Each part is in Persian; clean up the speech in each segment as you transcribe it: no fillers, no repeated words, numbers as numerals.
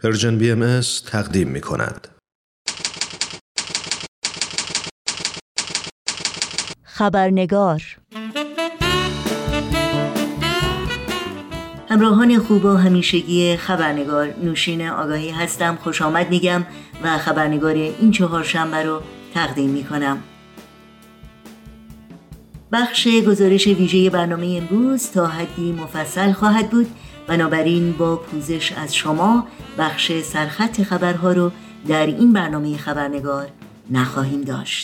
پرژن BMS تقدیم می کند. خبرنگار. همراهان خوب و همیشگی خبرنگار، نوشین آگاهی هستم. خوش آمد میگم و خبرنگار این چهارشنبه رو تقدیم میکنم. بخش گزارش ویژه برنامه امروز تا حدی مفصل خواهد بود، بنابراین با پوزش از شما بخش سرخط خبرها رو در این برنامه خبرنگار نخواهیم داشت.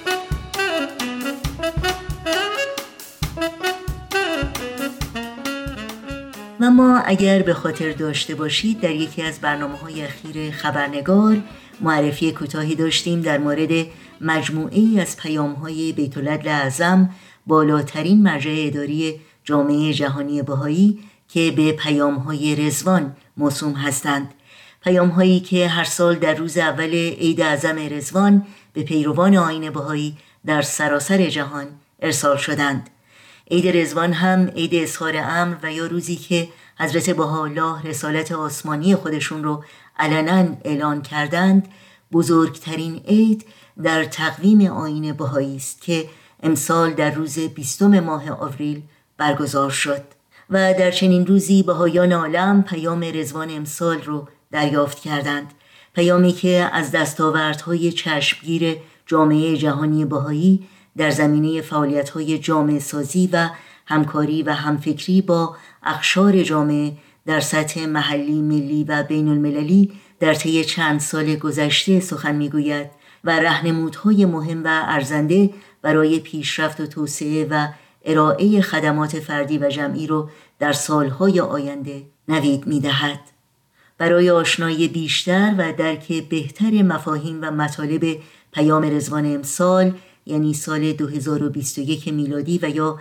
و ما اگر به خاطر داشته باشید در یکی از برنامه‌های اخیر خبرنگار معرفی کوتاهی داشتیم در مورد مجموعه‌ای از پیام‌های بیت‌العدل اعظم، بالاترین مرجع اداری جامعه جهانی بهایی که به پیام‌های رضوان موسوم هستند. پیام‌هایی که هر سال در روز اول عید اعظم رضوان به پیروان آیین بهایی در سراسر جهان ارسال شدند. عید رضوان هم عید اظهار امر و یا روزی که حضرت بهاءالله رسالت آسمانی خودشون رو علنا اعلان کردند، بزرگترین عید در تقویم آیین بهایی است که امسال در روز 20 ماه آوریل برگزار شد و در چنین روزی بهایان عالم پیام رضوان امسال رو دریافت کردند. پیامی که از دستاوردهای چشمگیر جامعه جهانی بهایی در زمینه فعالیت‌های جامعه سازی و همکاری و همفکری با اقشار جامعه در سطح محلی، ملی و بین المللی در طی چند سال گذشته سخن می‌گوید و راهنمودهای مهم و ارزنده برای پیشرفت و توسعه و ارائه خدمات فردی و جمعی رو در سالهای آینده نوید می‌دهد. برای آشنایی بیشتر و درک بهتر مفاهیم و مطالب پیام رضوان امسال، یعنی سال 2021 میلادی و یا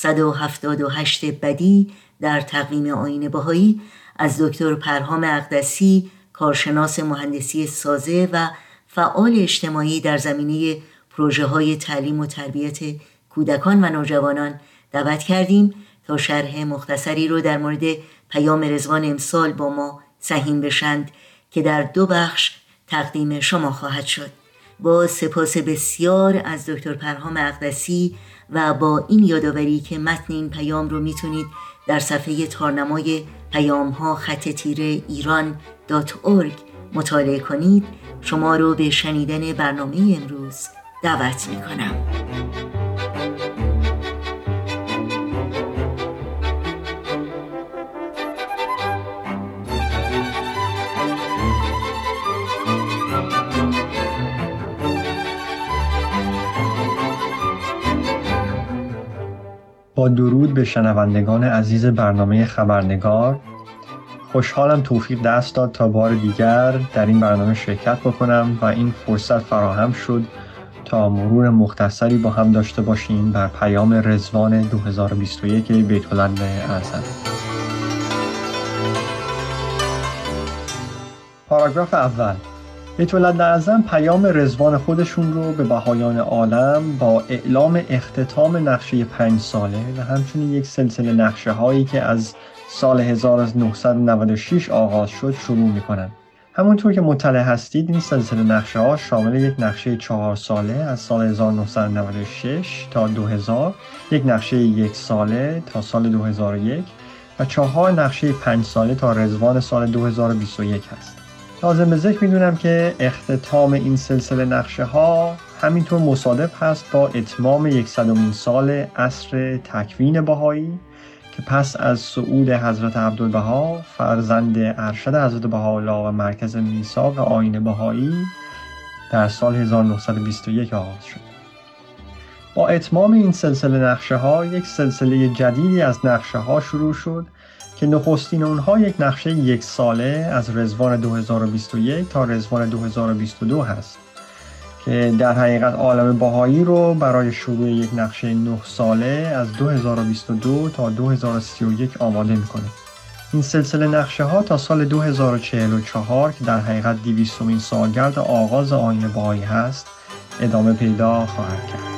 178 بدی در تقویم آیین بهایی، از دکتر پرهام اقدسی، کارشناس مهندسی سازه و فعال اجتماعی در زمینه پروژه‌های تعلیم و تربیت کودکان و نوجوانان دعوت کردیم تا شرح مختصری رو در مورد پیام رضوان امسال با ما سهیم بشند که در 2 بخش تقدیم شما خواهد شد. با سپاس بسیار از دکتر پرهام اقدسی و با این یادآوری که متن این پیام رو میتونید در صفحه تارنمای پیام‌ها-ایران.org مطالعه کنید، شما رو به شنیدن برنامه امروز دعوت میکنم. با درود به شنوندگان عزیز برنامه خبرنگار، خوشحالم توفیق دست داد تا بار دیگر در این برنامه شرکت بکنم و این فرصت فراهم شد تا مرور مختصری با هم داشته باشیم بر پیام رضوان 2021 بیت‌العدل اعظم. پاراگراف اول. بیت‌العدل اعظم پیام رضوان خودشون رو به بهایان عالم با اعلام اختتام نقشه 5 ساله و همچنین یک سلسله نقشه هایی که از سال 1996 آغاز شد شروع میکنن. همونطور که مطلع هستید این سلسله نقشه ها شامل یک نقشه 4 ساله از سال 1996 تا 2000، یک نقشه 1 ساله تا سال 2001 و 4 نقشه 5 ساله تا رضوان سال 2021 هست. لازم به ذکر میدونم که اختتام این سلسله نقشه ها همینطور مصادف هست با اتمام 100مین سال عصر تکوین بهایی که پس از صعود حضرت عبدالبها فرزند ارشد حضرت بهاءالله و مرکز میثاق آیین بهایی در سال 1921 آغاز شد. با اتمام این سلسله نقشه ها یک سلسله جدیدی از نقشه ها شروع شد که نخستین اونها یک نقشه 1 ساله از رضوان 2021 تا رضوان 2022 هست که در حقیقت عالم بهایی رو برای شروع یک نقشه 9 ساله از 2022 تا 2031 آماده میکنه. این سلسله نقشه ها تا سال 2044 که در حقیقت 200مین سالگرد آغاز آیین بهایی هست ادامه پیدا خواهد کرد.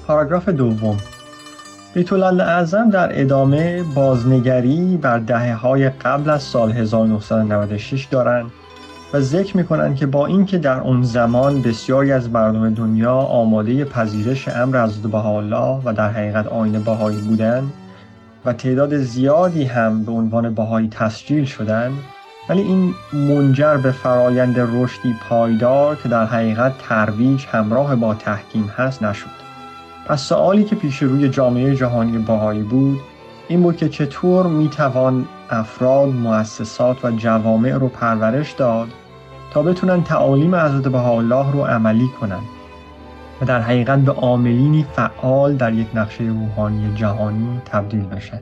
پاراگراف دوم. بیت‌الاعظم در ادامه بازنگری بر دهه‌های قبل از سال 1996 دارند و ذکر می‌کنند که با اینکه در اون زمان بسیاری از مردم دنیا آماده پذیرش امر حضرت بهاءالله و در حقیقت آیین بهایی بودند و تعداد زیادی هم به عنوان بهایی تسجیل شدند، ولی این منجر به فرایند رشدی پایدار که در حقیقت ترویج همراه با تحکیم هست نشد. پس سوالی که پیش روی جامعه جهانی بهایی بود این بود که چطور میتوان افراد، مؤسسات و جوامع رو پرورش داد تا بتونن تعالیم حضرت بهاءالله رو عملی کنن و در حقیقت به عاملینی فعال در یک نقشه روحانی جهانی تبدیل بشن.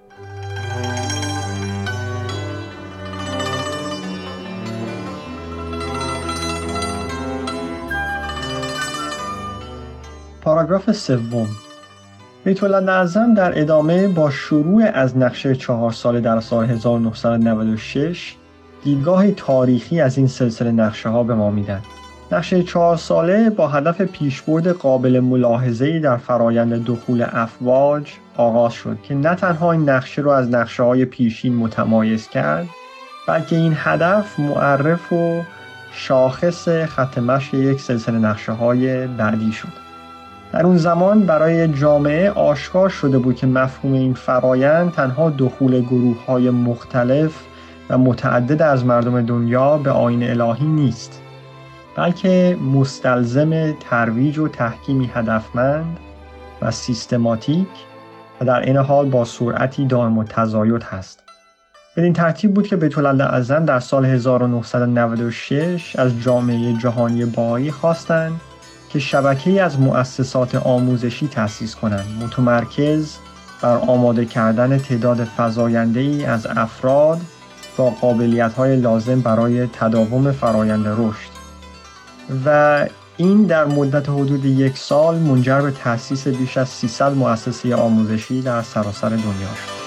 پاراگراف سوم. بیت‌الاعظم در ادامه با شروع از نقشه 4 ساله در سال 1996 دیدگاهی تاریخی از این سلسله نقشه ها به ما میدن. نقشه 4 ساله با هدف پیشبرد قابل ملاحظه‌ای در فرایند دخول افواج آغاز شد که نه تنها این نقشه رو از نقشه های پیشین متمایز کرد، بلکه این هدف معرف و شاخص خط مشی یک سلسله نقشه های بعدی شد. در اون زمان برای جامعه آشکار شده بود که مفهوم این فرایند تنها دخول گروه‌های مختلف و متعدد از مردم دنیا به آیین الهی نیست، بلکه مستلزم ترویج و تحکیمی هدفمند و سیستماتیک و در این حال با سرعتی دائم التزاید هست. بدین ترتیب بود که بیت‌الاعظم در سال 1996 از جامعه جهانی بهایی خواستند که شبکه‌ای از مؤسسات آموزشی تأسیس کنند، متمرکز بر آماده کردن تعداد فزاینده‌ای از افراد با قابلیت‌های لازم برای تداوم فرایند رشد و این در مدت حدود 1 سال منجر به تأسیس بیش از 300 مؤسسه آموزشی در سراسر دنیا شد.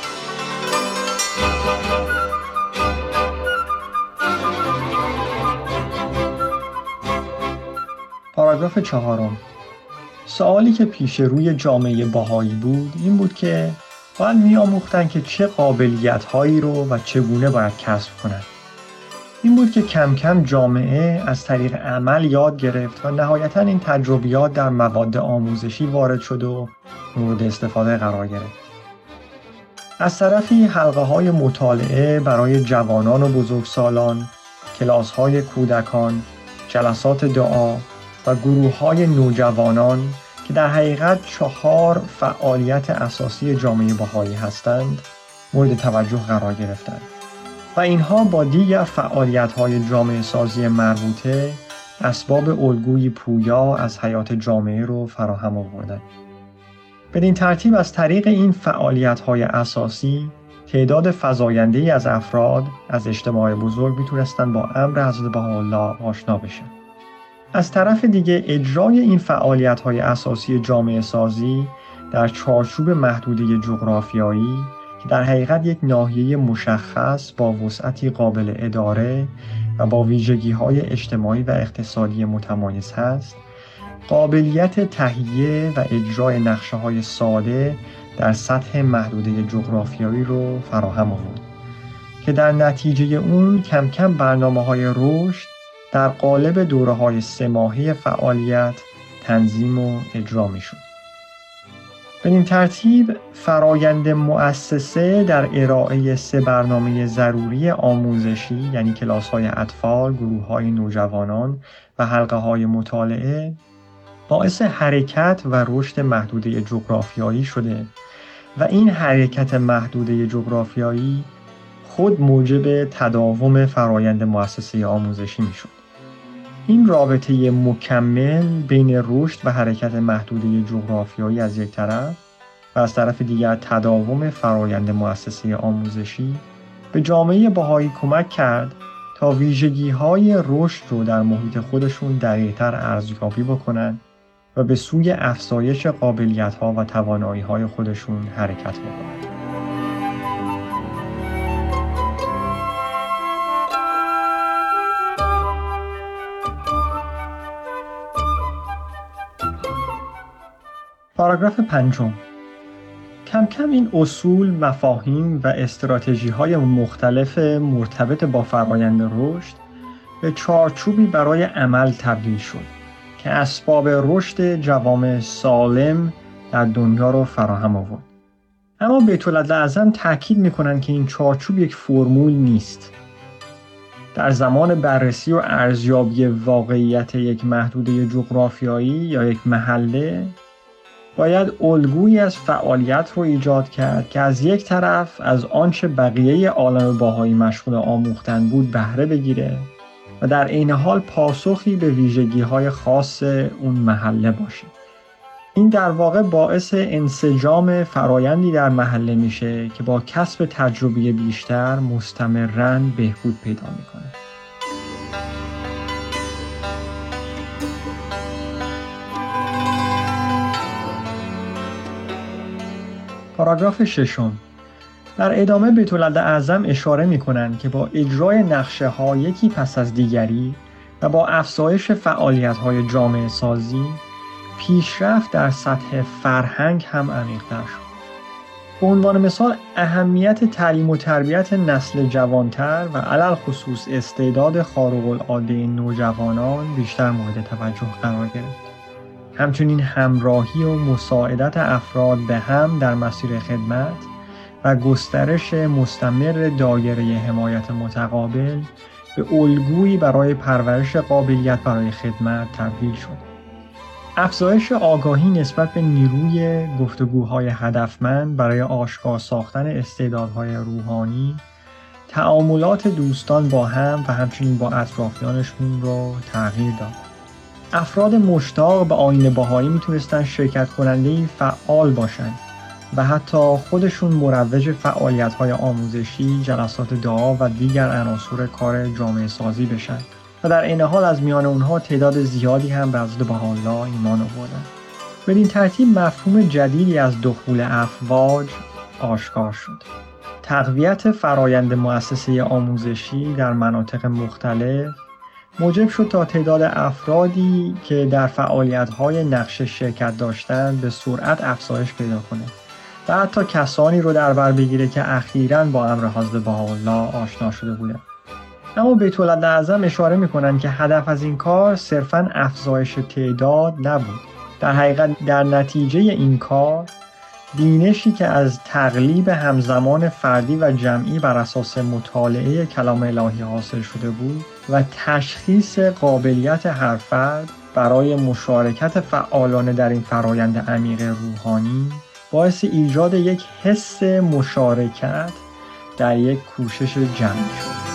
پاراگراف 4. سوالی که پیش روی جامعه بهایی بود این بود که باید می‌آموختند که چه قابلیت‌هایی رو و چگونه باید کسب کنند. این بود که کم کم جامعه از طریق عمل یاد گرفت و نهایتاً این تجربیات در مواد آموزشی وارد شد و مورد استفاده قرار گرفت. از طرفی حلقه‌های مطالعه برای جوانان و بزرگسالان، کلاس‌های کودکان، جلسات دعا و گروه‌های نوجوانان که در حقیقت 4 فعالیت اساسی جامعه بهایی هستند مورد توجه قرار گرفتند و اینها با دیگر فعالیت‌های جامعه سازی مربوطه اسباب الگویی پویا از حیات جامعه رو فراهم آوردند. بدین ترتیب از طریق این فعالیت‌های اساسی تعداد فزاینده‌ای از افراد از اجتماع بزرگ میتونستن با امر حضرت بهاءالله آشنا بشن. از طرف دیگه اجرای این فعالیت‌های اساسی جامعه سازی در چارچوب محدوده جغرافیایی که در حقیقت یک ناحیه مشخص با وسعتی قابل اداره و با ویژگی‌های اجتماعی و اقتصادی متمایز هست، قابلیت تهیه و اجرای نقشه‌های ساده در سطح محدوده جغرافیایی رو فراهم آورد که در نتیجه اون کم کم برنامه‌های رشد در قالب دوره‌های 3 ماهه فعالیت تنظیم و اجرا می‌شد. بدین ترتیب فرایند مؤسسه در ارائه 3 برنامه ضروری آموزشی یعنی کلاس‌های اطفال، گروه‌های نوجوانان و حلقه‌های مطالعه باعث حرکت و رشد محدوده جغرافیایی شده و این حرکت محدوده جغرافیایی خود موجب تداوم فرایند مؤسسه آموزشی می‌شد. این رابطه مکمل بین رشد و حرکت محدوده جغرافیایی از یک طرف و از طرف دیگر تداوم فرایند مؤسسه آموزشی به جامعه بهایی کمک کرد تا ویژگی‌های رشد رو در محیط خودشون دقیق‌تر ارزیابی بکنن و به سوی افزایش قابلیت‌ها و توانایی‌های خودشون حرکت بکنن. پاراگراف 5. کم کم این اصول، مفاهیم و استراتژی‌های مختلف مرتبط با فرآیند رشد به چارچوبی برای عمل تبدیل شد که اسباب رشد جوامع سالم در دنیا رو فراهم آورد. اما بیت‌العدل تاکید می‌کنند که این چارچوب یک فرمول نیست. در زمان بررسی و ارزیابی واقعیت یک محدوده جغرافیایی یا یک محله باید الگویی از فعالیت رو ایجاد کرد که از یک طرف از آنچه بقیه عالم بهایی مشغول آموختن بود بهره بگیره و در عین حال پاسخی به ویژگی‌های خاص اون محله باشه. این در واقع باعث انسجام فرایندی در محله میشه که با کسب تجربه بیشتر مستمراً بهبود پیدا میکنه. پاراگراف 6. در ادامه بیت‌العدل اشاره می‌کنند که با اجرای نقشه‌ها یکی پس از دیگری و با افزایش فعالیت‌های جامعه سازی، پیشرفت در سطح فرهنگ هم عمیق‌تر شد. به عنوان مثال اهمیت تعلیم و تربیت نسل جوانتر و علل خصوص استعداد خارق‌العاده نوجوانان بیشتر مورد توجه قرار گرفت. همچنین همراهی و مساعدت افراد به هم در مسیر خدمت و گسترش مستمر دایره حمایت متقابل به الگویی برای پرورش قابلیت برای خدمت تبدیل شد. افزایش آگاهی نسبت به نیروی گفتگوهای هدفمند برای آشکار ساختن استعدادهای روحانی، تعاملات دوستان با هم و همچنین با اطرافیانشون رو تغییر داد. افراد مشتاق به آیین بهایی میتونستن شرکت کننده‌ای فعال باشن و حتی خودشون مروج فعالیت‌های آموزشی، جلسات دعا و دیگر عناصر کار جامعه سازی بشن و در عین حال از میان اونها تعداد زیادی هم به حضرت بهاءالله ایمان آوردن. بدین ترتیب مفهوم جدیدی از دخول افواج آشکار شد. تقویت فرایند مؤسسه آموزشی در مناطق مختلف موجب شد تا تعداد افرادی که در فعالیت‌های نقشه شرکت داشتند به سرعت افزایش پیدا کنه و حتی کسانی رو در بر بگیره که اخیراً با امر حضرت بهاءالله آشنا شده بودند. اما بیت‌العدل اشاره می‌کنند که هدف از این کار صرفاً افزایش تعداد نبود. در حقیقت در نتیجه این کار بینشی که از تقلیب همزمان فردی و جمعی بر اساس مطالعه کلام الهی حاصل شده بود و تشخیص قابلیت هر فرد برای مشارکت فعالانه در این فرایند عمیق روحانی باعث ایجاد یک حس مشارکت در یک کوشش جمعی شد.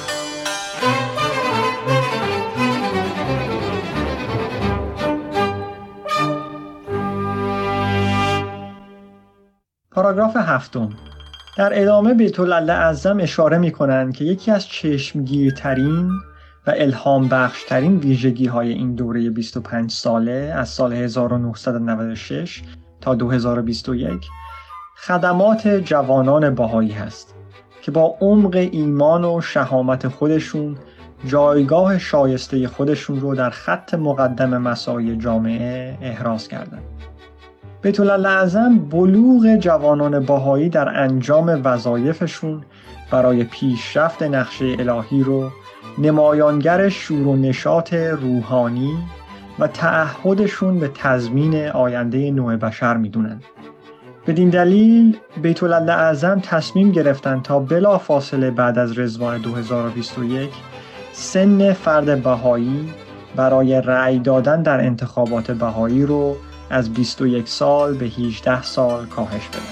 پاراگراف 7. در ادامه بیت‌العدل اشاره می‌کنند که یکی از چشمگیرترین و الهام بخشترین ویژگی‌های این دوره 25 ساله از سال 1996 تا 2021 خدمات جوانان بهایی هست که با عمق ایمان و شهامت خودشون جایگاه شایسته خودشون رو در خط مقدم مساعی جامعه احراز کردند. بیت‌العدل بلوغ جوانان بهایی در انجام وظایفشون برای پیشرفت نقشه الهی رو نمایانگر شور و نشاط روحانی و تعهدشون به تضمین آینده نوع بشر میدونن. بدین دلیل بیت‌العدل تصمیم گرفتن تا بلافاصله بعد از رضوان 2021 سن فرد بهایی برای رأی دادن در انتخابات بهایی رو از 21 سال به 18 سال کاهش بده.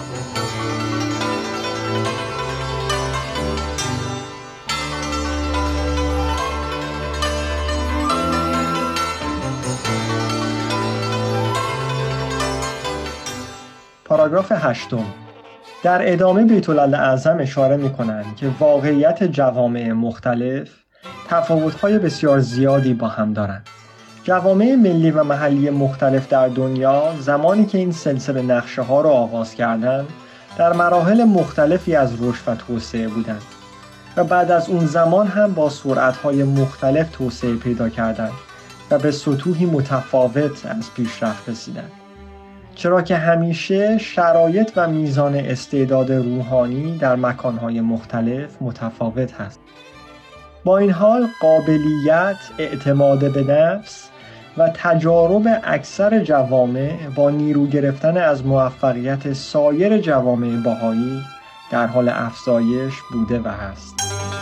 پاراگراف 8. در ادامه بیت‌العدل اشاره می‌کنند که واقعیت جوامع مختلف تفاوت‌های بسیار زیادی با هم دارند. جوامع ملی و محلی مختلف در دنیا زمانی که این سلسله نقشه‌ها را آغاز کردند در مراحل مختلفی از رشد و توسعه بودند و بعد از اون زمان هم با سرعت‌های مختلف توسعه پیدا کردند و به سطوحی متفاوت از پیشرفت رسیدند. چرا که همیشه شرایط و میزان استعداد روحانی در مکانهای مختلف متفاوت هست. با این حال قابلیت، اعتماد به نفس و تجارب اکثر جوامع با نیرو گرفتن از موفقیت سایر جوامع بهایی در حال افزایش بوده و هست.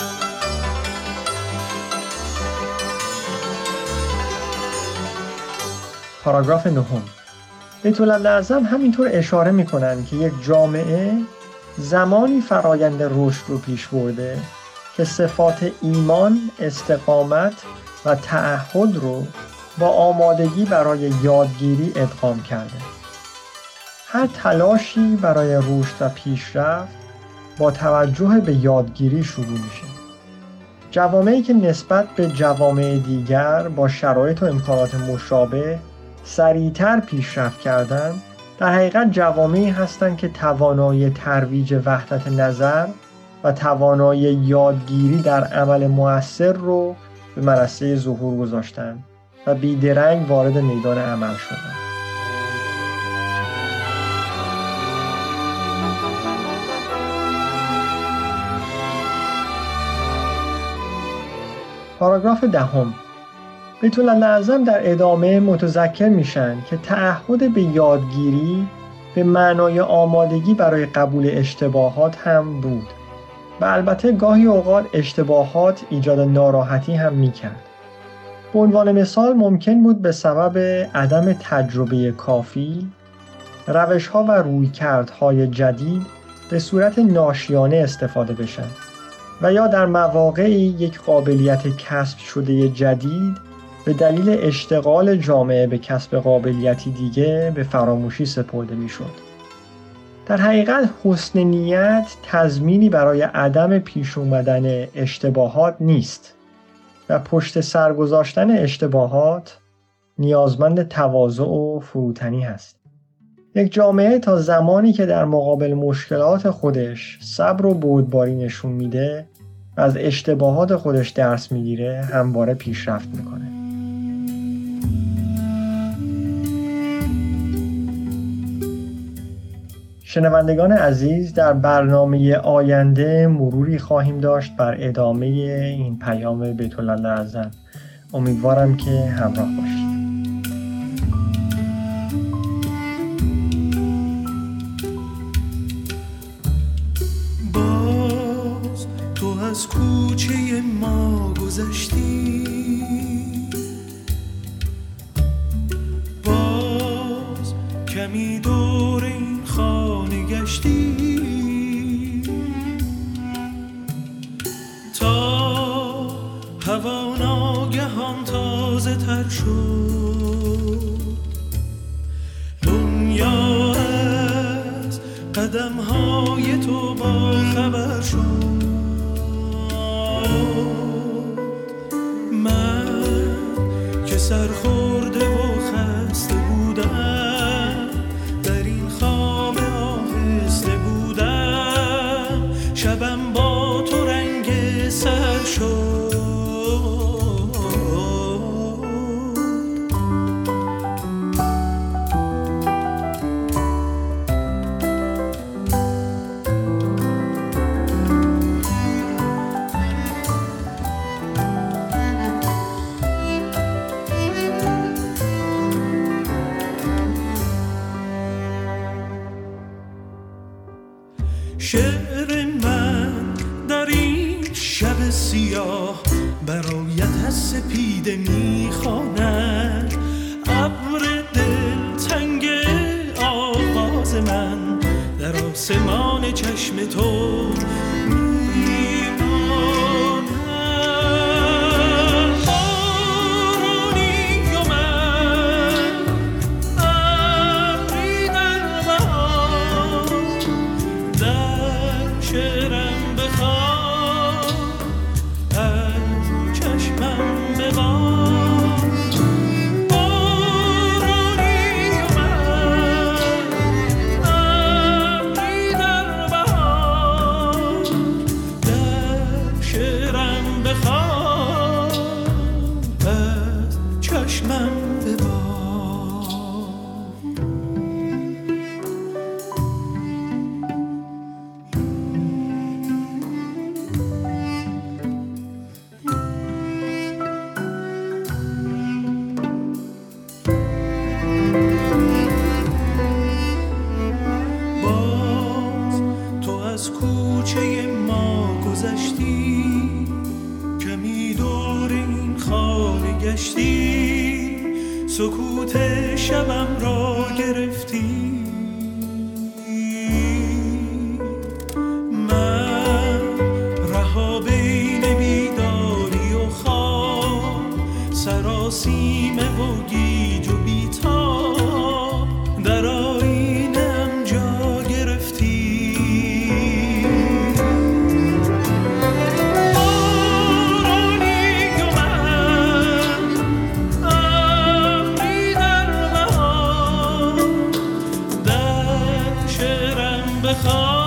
پاراگراف 9. بیت الاعظم همینطور اشاره میکنن که یک جامعه زمانی فرایند رشد رو پیش برده که صفات ایمان، استقامت و تعهد رو با آمادگی برای یادگیری ادغام کرده. هر تلاشی برای رشد و پیشرفت با توجه به یادگیری شروع میشه. جوامعی که نسبت به جوامع دیگر با شرایط و امکانات مشابه سریعتر پیشرفت کردن، در حقیقت جوامعی هستند که توانایی ترویج وحدت نظر و توانایی یادگیری در عمل مؤثر رو به منصه ظهور گذاشتن و بیدرنگ وارد میدان عمل شدن. پاراگراف 10. بیت الاعظم در ادامه متذکر میشن که تعهد به یادگیری به معنای آمادگی برای قبول اشتباهات هم بود و البته گاهی اوقات اشتباهات ایجاد ناراحتی هم میکرد. به عنوان مثال ممکن بود به سبب عدم تجربه کافی روش‌ها و رویکردهای جدید به صورت ناشیانه استفاده بشن و یا در مواقعی یک قابلیت کسب شده جدید به دلیل اشتغال جامعه به کسب قابلیتی دیگه به فراموشی سپرده میشد. در حقیقت حسن نیت تضمینی برای عدم پیش اومدن اشتباهات نیست و پشت سر گذاشتن اشتباهات نیازمند تواضع و فروتنی هست. یک جامعه تا زمانی که در مقابل مشکلات خودش صبر و بردباری نشون میده و از اشتباهات خودش درس میگیره همواره پیشرفت میکنه. شنوندگان عزیز، در برنامه آینده مروری خواهیم داشت بر ادامه این پیام بیت الاعظم. امیدوارم که همراه باشید. باز تو از کوچه ما گذشتی، باز کمی دور این خانه گشتی، تا هوا ناگهان تازه تر شد، دنیا از قدم های تو با خبر شد. من که سرخورده و خسته بودم، در این خواب آهسته بودم، شبم با تو رنگ سر شد. شعر من در این شب سیاه برایت از سپیده میخواند، ابر دلتنگ آغاز من در آسمان چشم تو گذشتی، کمی دور این خانه گشتی، سکوت شبم را گرفتی. من رها بین بیداری و خواب، سراسیمه و گیج و بیتاب، در آینم جا گرفتی. بارانی و من، ابری در بهار، در شعرم بخواه